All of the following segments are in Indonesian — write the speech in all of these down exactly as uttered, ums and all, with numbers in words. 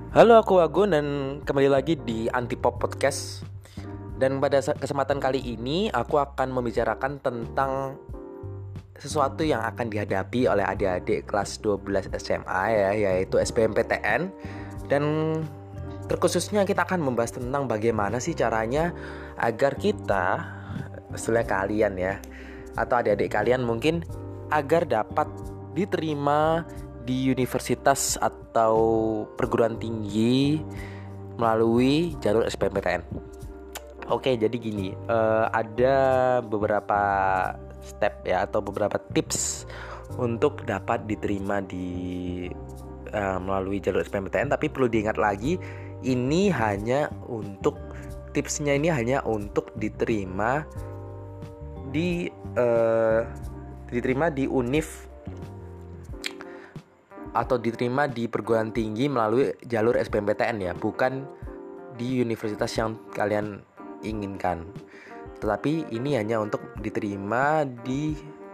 Halo, aku Agun dan kembali lagi di Antipop Podcast. Dan pada kesempatan kali ini aku akan membicarakan tentang sesuatu yang akan dihadapi oleh adik-adik kelas dua belas S M A ya, yaitu S B M P T N. Dan terkhususnya kita akan membahas tentang bagaimana sih caranya agar kita, setelah kalian ya, atau adik-adik kalian mungkin agar dapat diterima di universitas atau perguruan tinggi melalui jalur S B M P T N. Oke, jadi gini, uh, ada beberapa step ya atau beberapa tips untuk dapat diterima di uh, melalui jalur S B M P T N. Tapi perlu diingat lagi, ini hanya untuk tipsnya ini hanya untuk diterima di uh, diterima di univ atau diterima di perguruan tinggi melalui jalur S B M P T N ya, bukan di universitas yang kalian inginkan. Tetapi ini hanya untuk diterima di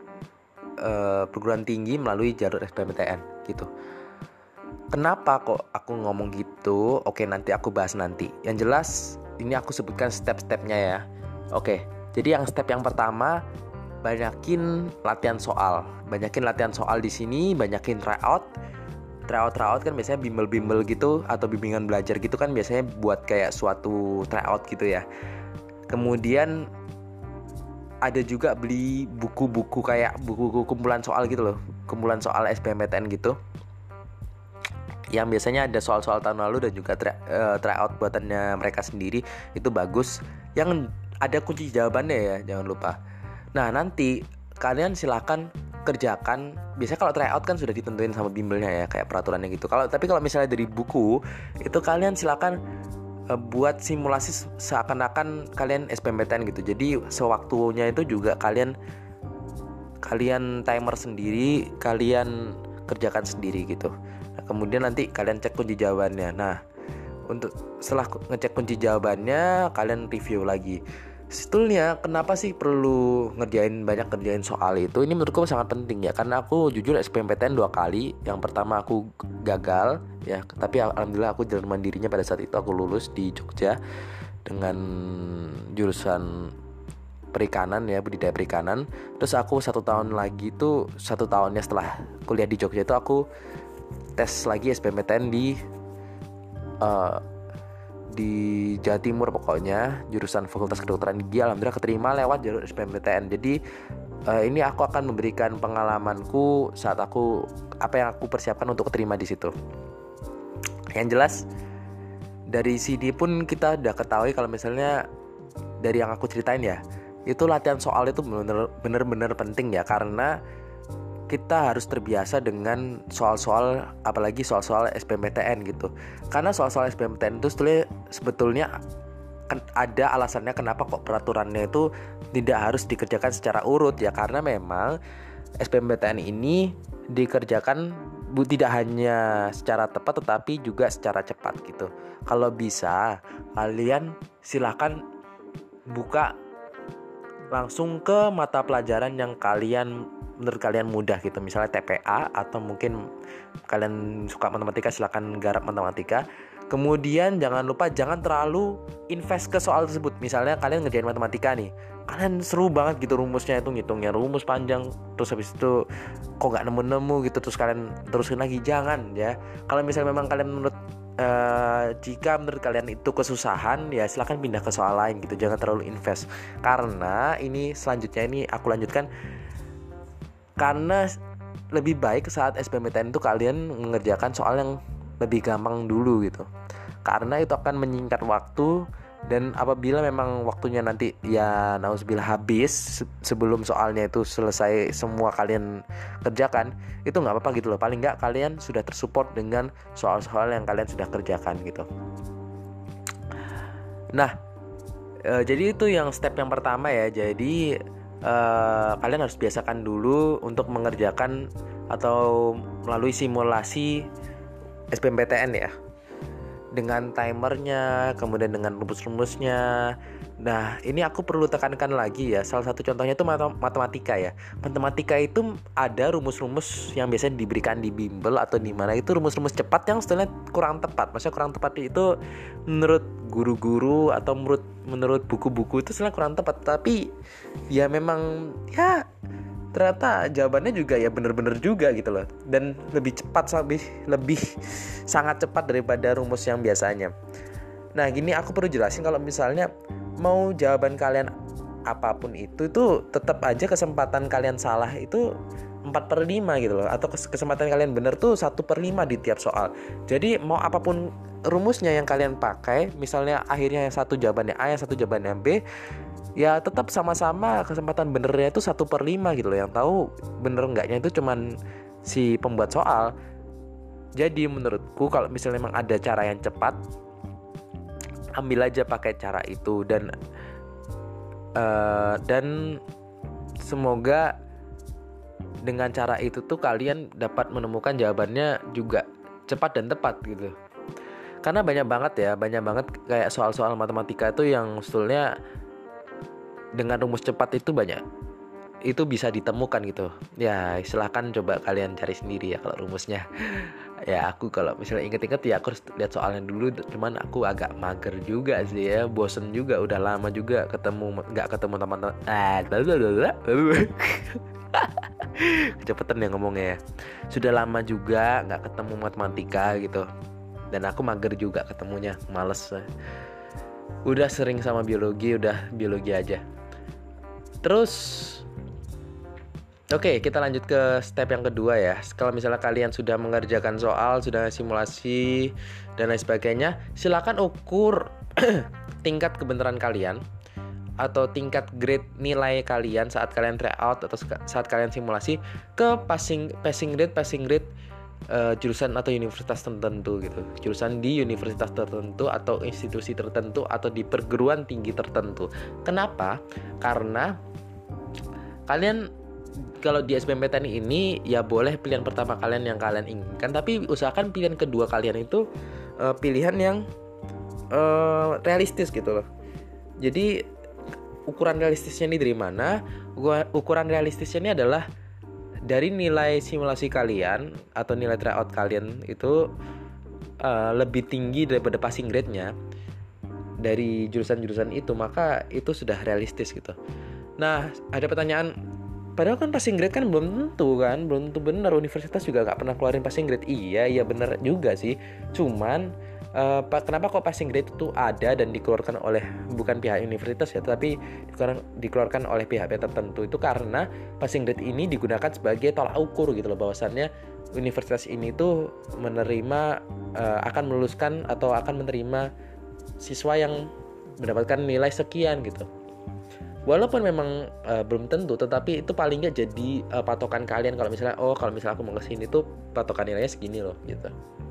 uh, perguruan tinggi melalui jalur S B M P T N gitu. Kenapa kok aku ngomong gitu? Oke, nanti aku bahas nanti. Yang jelas ini aku sebutkan step-stepnya ya. Oke, jadi yang step yang pertama, banyakin latihan soal. Banyakin latihan soal di sini, banyakin tryout. Tryout tryout kan biasanya bimbel-bimbel gitu atau bimbingan belajar gitu kan biasanya buat kayak suatu tryout gitu ya. Kemudian ada juga beli buku-buku kayak buku-buku kumpulan soal gitu loh. Kumpulan soal S B M P T N gitu. Yang biasanya ada soal-soal tahun lalu dan juga try, uh, tryout buatannya mereka sendiri, itu bagus. Yang ada kunci jawabannya ya, jangan lupa. Nah, nanti kalian silakan kerjakan. Biasanya kalau tryout kan sudah ditentuin sama bimbelnya ya, kayak peraturannya gitu. Kalau tapi kalau misalnya dari buku, itu kalian silakan uh, buat simulasi seakan-akan kalian S B M P T N gitu. Jadi sewaktunya itu juga kalian kalian timer sendiri, kalian kerjakan sendiri gitu. Nah, kemudian nanti kalian cek kunci jawabannya. Nah, untuk setelah ngecek kunci jawabannya, kalian review lagi. Sebetulnya kenapa sih perlu ngerjain banyak kerjain soal itu? Ini menurutku sangat penting ya, karena aku jujur S B M P T N dua kali. Yang pertama aku gagal ya, tapi alhamdulillah aku jalan mandirinya pada saat itu aku lulus di Jogja dengan jurusan perikanan ya, budidaya perikanan. Terus aku satu tahun lagi tuh satu tahunnya setelah kuliah di Jogja itu aku tes lagi S B M P T N di uh, di Jawa Timur pokoknya, jurusan Fakultas Kedokteran Gigi. Alhamdulillah keterima lewat jalur S B M P T N. Jadi uh, ini aku akan memberikan pengalamanku saat aku apa yang aku persiapkan untuk keterima di situ. Yang jelas dari sini pun kita udah ketahui kalau misalnya dari yang aku ceritain ya, itu latihan soal itu bener-bener penting ya, karena kita harus terbiasa dengan soal-soal, apalagi soal-soal S B M P T N gitu. Karena soal-soal S B M P T N itu sebetulnya kan ada alasannya kenapa kok peraturannya itu tidak harus dikerjakan secara urut ya, karena memang S B M P T N ini dikerjakan bu, tidak hanya secara tepat tetapi juga secara cepat gitu. Kalau bisa kalian silakan buka langsung ke mata pelajaran yang kalian menurut kalian mudah gitu, misalnya T P A atau mungkin kalian suka matematika, silakan garap matematika. Kemudian jangan lupa jangan terlalu invest ke soal tersebut. Misalnya kalian ngerjain matematika nih, kalian seru banget gitu rumusnya, itu ngitungnya rumus panjang, terus habis itu kok nggak nemu-nemu gitu, terus kalian terusin lagi. Jangan ya. Kalau misalnya memang kalian menurut Uh, jika menurut kalian itu kesusahan ya silakan pindah ke soal lain gitu, jangan terlalu invest. Karena ini selanjutnya ini aku lanjutkan, karena lebih baik saat S B M P T N itu kalian mengerjakan soal yang lebih gampang dulu gitu, karena itu akan menyingkat waktu. Dan apabila memang waktunya nanti ya nauzubillah habis sebelum soalnya itu selesai semua kalian kerjakan, itu gak apa-apa gitu loh. Paling gak kalian sudah tersupport dengan soal-soal yang kalian sudah kerjakan gitu. Nah e, jadi itu yang step yang pertama ya. Jadi e, kalian harus biasakan dulu untuk mengerjakan atau melalui simulasi S B M P T N ya. dengan timernya, kemudian dengan rumus-rumusnya. Nah, ini aku perlu tekankan lagi ya. Salah satu contohnya itu matematika ya. Matematika itu ada rumus-rumus yang biasanya diberikan di bimbel atau di mana, itu rumus-rumus cepat yang sebenarnya kurang tepat. Maksudnya kurang tepat itu menurut guru-guru atau menurut menurut buku-buku itu sebenarnya kurang tepat. Tapi ya memang ya ternyata jawabannya juga ya bener-bener juga gitu loh, dan lebih cepat, lebih lebih sangat cepat daripada rumus yang biasanya. Nah gini, aku perlu jelasin kalau misalnya mau jawaban kalian apapun itu itu tetap aja kesempatan kalian salah itu empat per lima gitu loh, atau kesempatan kalian bener tuh satu per lima di tiap soal. Jadi mau apapun rumusnya yang kalian pakai, misalnya akhirnya yang satu jawabannya A, yang satu jawabannya B, ya tetap sama-sama kesempatan benernya itu satu per lima gitu loh. Yang tahu bener enggaknya itu cuman si pembuat soal. Jadi menurutku kalau misalnya memang ada cara yang cepat, ambil aja pakai cara itu. Dan uh, dan semoga dengan cara itu tuh kalian dapat menemukan jawabannya juga cepat dan tepat gitu. Karena banyak banget ya, banyak banget kayak soal-soal matematika itu yang sebetulnya dengan rumus cepat itu banyak, itu bisa ditemukan gitu. Ya silahkan coba kalian cari sendiri ya kalau rumusnya. Ya aku kalau misalnya inget-inget ya aku harus lihat soalnya dulu. Cuman aku agak mager juga sih ya, bosen juga, udah lama juga ketemu nggak ketemu teman-teman. Ah, kecepatan ya ngomongnya ya. Sudah lama juga nggak ketemu matematika gitu. Dan aku mager juga ketemunya, males. Udah sering sama biologi, udah biologi aja. Terus oke, okay, kita lanjut ke step yang kedua ya. Kalau misalnya kalian sudah mengerjakan soal, sudah simulasi dan lain sebagainya, silakan ukur tingkat kebenaran kalian atau tingkat grade nilai kalian saat kalian try out atau saat kalian simulasi ke passing passing grade passing grade uh, jurusan atau universitas tertentu gitu. Jurusan di universitas tertentu atau institusi tertentu atau di perguruan tinggi tertentu. Kenapa? Karena kalian kalau di S B M P T N ini ya boleh pilihan pertama kalian yang kalian inginkan, tapi usahakan pilihan kedua kalian itu uh, pilihan yang uh, realistis gitu loh. Jadi ukuran realistisnya ini dari mana? Ukuran realistisnya ini adalah dari nilai simulasi kalian atau nilai tryout kalian itu uh, lebih tinggi daripada passing grade-nya dari jurusan-jurusan itu, maka itu sudah realistis gitu. Nah, ada pertanyaan, padahal kan passing grade kan belum tentu kan, belum tentu benar, universitas juga nggak pernah keluarin passing grade. Iya, iya benar juga sih. Cuman uh, kenapa kok passing grade itu ada dan dikeluarkan oleh bukan pihak universitas ya, tapi dikeluarkan, dikeluarkan oleh pihak-pihak tertentu, itu karena passing grade ini digunakan sebagai tolak ukur gitu loh, bahwasannya universitas ini tuh menerima uh, akan meluluskan atau akan menerima siswa yang mendapatkan nilai sekian gitu. Walaupun memang uh, belum tentu, tetapi itu paling nggak jadi uh, patokan kalian kalau misalnya oh kalau misalnya aku mau kesini tuh patokan nilainya segini loh gitu.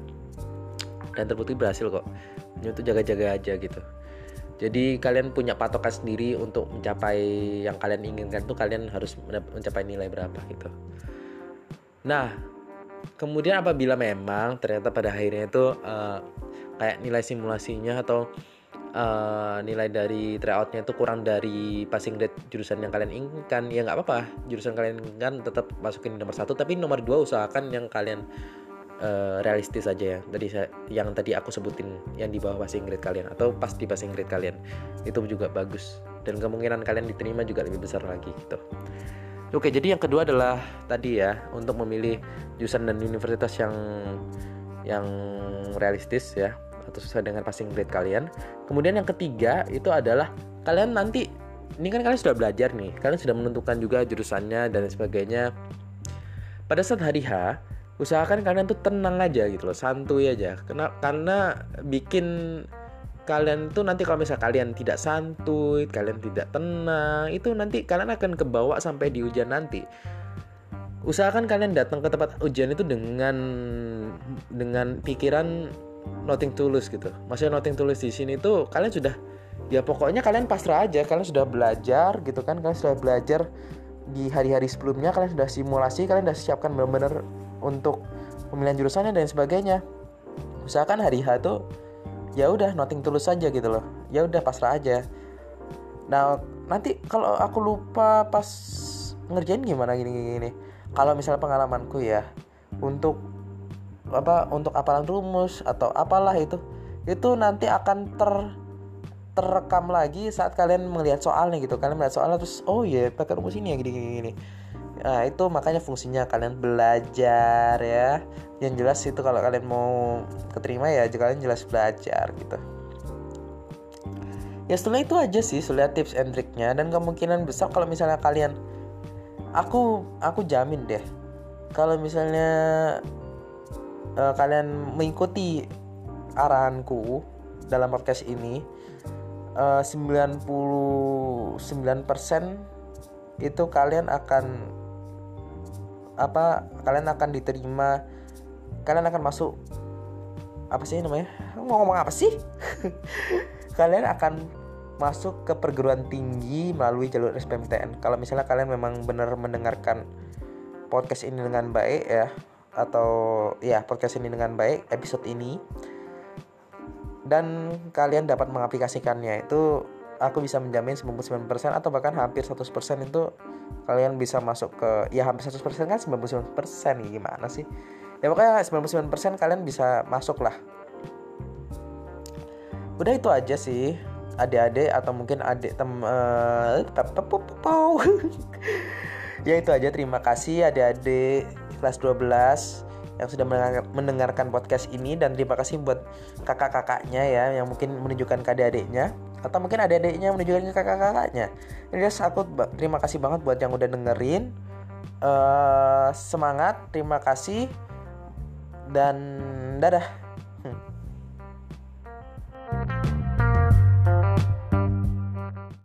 Dan terbukti berhasil kok. Ini tuh jaga-jaga aja gitu. Jadi kalian punya patokan sendiri untuk mencapai yang kalian inginkan tuh, kalian harus mencapai nilai berapa gitu. Nah, kemudian apabila memang ternyata pada akhirnya itu uh, kayak nilai simulasinya atau Uh, nilai dari tryoutnya itu kurang dari passing grade jurusan yang kalian inginkan, ya nggak apa-apa, jurusan kalian inginkan tetap masukin di nomor satu, tapi nomor dua usahakan yang kalian uh, realistis aja ya. Tadi saya, yang tadi aku sebutin yang di bawah passing grade kalian atau pas di passing grade kalian, itu juga bagus dan kemungkinan kalian diterima juga lebih besar lagi gitu. Oke, jadi yang kedua adalah tadi ya, untuk memilih jurusan dan universitas yang yang realistis ya, atau sesuai dengan passing grade kalian. Kemudian yang ketiga itu adalah kalian nanti, ini kan kalian sudah belajar nih, kalian sudah menentukan juga jurusannya dan sebagainya. Pada saat hari H, usahakan kalian tuh tenang aja gitu loh, santuy aja. Karena, karena bikin kalian tuh nanti kalau misalnya kalian tidak santuy, kalian tidak tenang, itu nanti kalian akan kebawa sampai di ujian nanti. Usahakan kalian datang ke tempat ujian itu dengan dengan pikiran nothing tulus gitu. Maksudnya nothing tulus di sini tuh kalian sudah, ya pokoknya kalian pasrah aja, kalian sudah belajar gitu kan, kalian sudah belajar di hari-hari sebelumnya, kalian sudah simulasi, kalian sudah siapkan benar-benar untuk pemilihan jurusannya dan sebagainya. Usahakan hari H tuh ya udah noting tulus aja gitu loh, ya udah pasrah aja. Nah nanti kalau aku lupa pas ngerjain gimana gini-gini. Kalau misalnya pengalamanku ya, untuk apa untuk hafalan rumus atau apalah itu itu nanti akan ter terekam lagi saat kalian melihat soalnya gitu. Kalian melihat soalnya terus oh iya yeah, pakai rumus ini ya gini-gini. Nah itu makanya fungsinya kalian belajar ya. Yang jelas itu kalau kalian mau keterima ya kalian jelas belajar gitu. Ya setelah itu aja sih setelah tips and triknya. Dan kemungkinan besar kalau misalnya kalian, Aku aku jamin deh kalau misalnya uh, kalian mengikuti arahanku dalam podcast ini, uh, sembilan puluh sembilan persen itu kalian akan apa kalian akan diterima, kalian akan masuk apa sih namanya mau ngomong apa sih kalian akan masuk ke perguruan tinggi melalui jalur S B M P T N. Kalau misalnya kalian memang benar mendengarkan podcast ini dengan baik ya, atau ya podcast ini dengan baik, episode ini, dan kalian dapat mengaplikasikannya, itu aku bisa menjamin sembilan puluh sembilan persen atau bahkan hampir seratus persen itu kalian bisa masuk ke, ya hampir seratus persen kan sembilan puluh sembilan persen gimana sih? Ya pokoknya sembilan puluh sembilan persen kalian bisa masuk lah. Udah itu aja sih adik-adik atau mungkin adik tem uh, ya itu aja. Terima kasih adik-adik kelas dua belas yang sudah mendengarkan podcast ini, dan terima kasih buat kakak-kakaknya ya yang mungkin menunjukkan ke adik-adiknya, atau mungkin adik-adiknya menunjukkan ke kakak-kakaknya. Jadi aku terima kasih banget buat yang udah dengerin. Uh, semangat, terima kasih, dan dadah.